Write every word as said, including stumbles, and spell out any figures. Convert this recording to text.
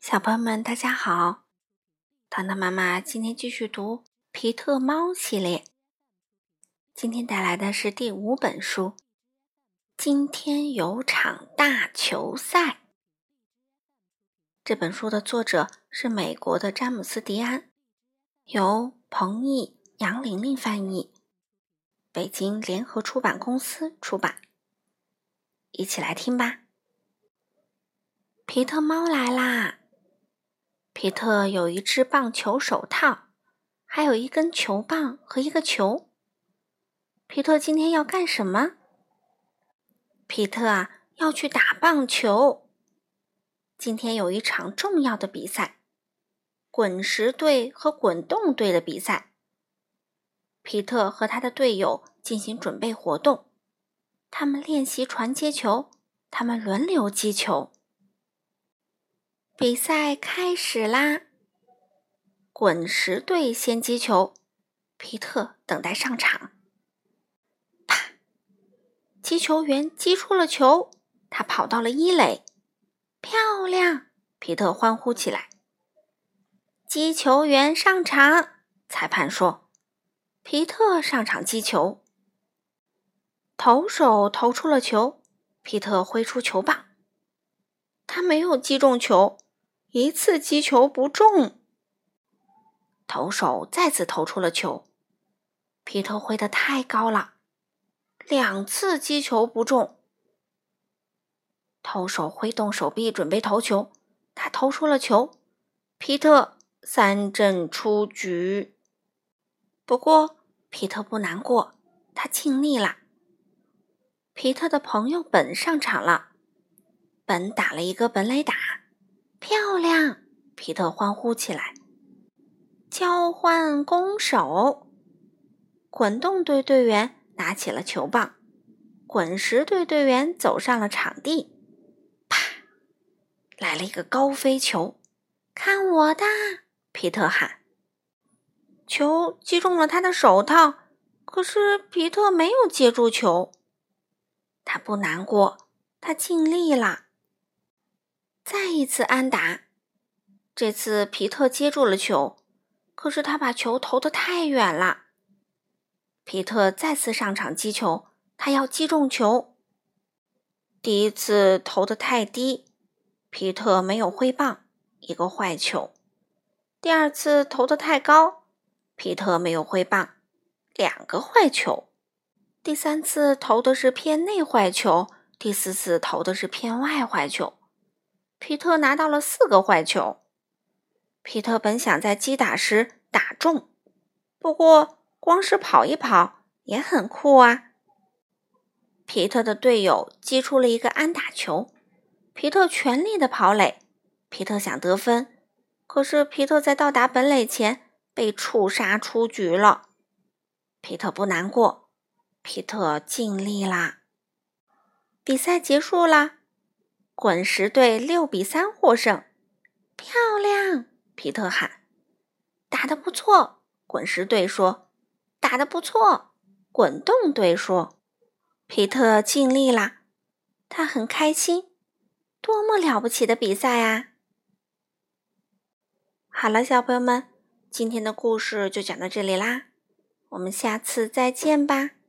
小朋友们，大家好！糖糖妈妈今天继续读皮特猫系列，今天带来的是第五本书。今天有场大球赛。这本书的作者是美国的詹姆斯·迪安，由彭毅、杨玲玲翻译，北京联合出版公司出版。一起来听吧。皮特猫来啦！皮特有一只棒球手套，还有一根球棒和一个球。皮特今天要干什么？皮特啊，要去打棒球。今天有一场重要的比赛，滚石队和滚动队的比赛。皮特和他的队友进行准备活动，他们练习传接球，他们轮流击球。比赛开始啦！滚石队先击球，皮特等待上场。啪！击球员击出了球，他跑到了一垒。漂亮！皮特欢呼起来。击球员上场，裁判说。皮特上场击球。投手投出了球，皮特挥出球棒。他没有击中球，一次击球不中。投手再次投出了球，皮特挥得太高了，两次击球不中。投手挥动手臂准备投球，他投出了球，皮特三振出局。不过皮特不难过，他尽力了。皮特的朋友本上场了，本打了一个本垒打，漂亮！皮特欢呼起来。交换攻守，滚动队队员拿起了球棒，滚石队队员走上了场地。啪！来了一个高飞球，看我的！皮特喊。球击中了他的手套，可是皮特没有接住球。他不难过，他尽力了。再一次安打，这次皮特接住了球，可是他把球投得太远了。皮特再次上场击球，他要击中球。第一次投得太低，皮特没有挥棒，一个坏球。第二次投得太高，皮特没有挥棒，两个坏球。第三次投的是偏内坏球，第四次投的是偏外坏球。皮特拿到了四个坏球。皮特本想在击打时打中，不过光是跑一跑也很酷啊。皮特的队友击出了一个安打球，皮特全力的跑垒，皮特想得分，可是皮特在到达本垒前被触杀出局了。皮特不难过，皮特尽力啦。比赛结束啦，滚石队六比三获胜。漂亮！皮特喊。打得不错，滚石队说。打得不错，滚动队说。皮特尽力啦，他很开心，多么了不起的比赛啊！好了，小朋友们，今天的故事就讲到这里啦，我们下次再见吧。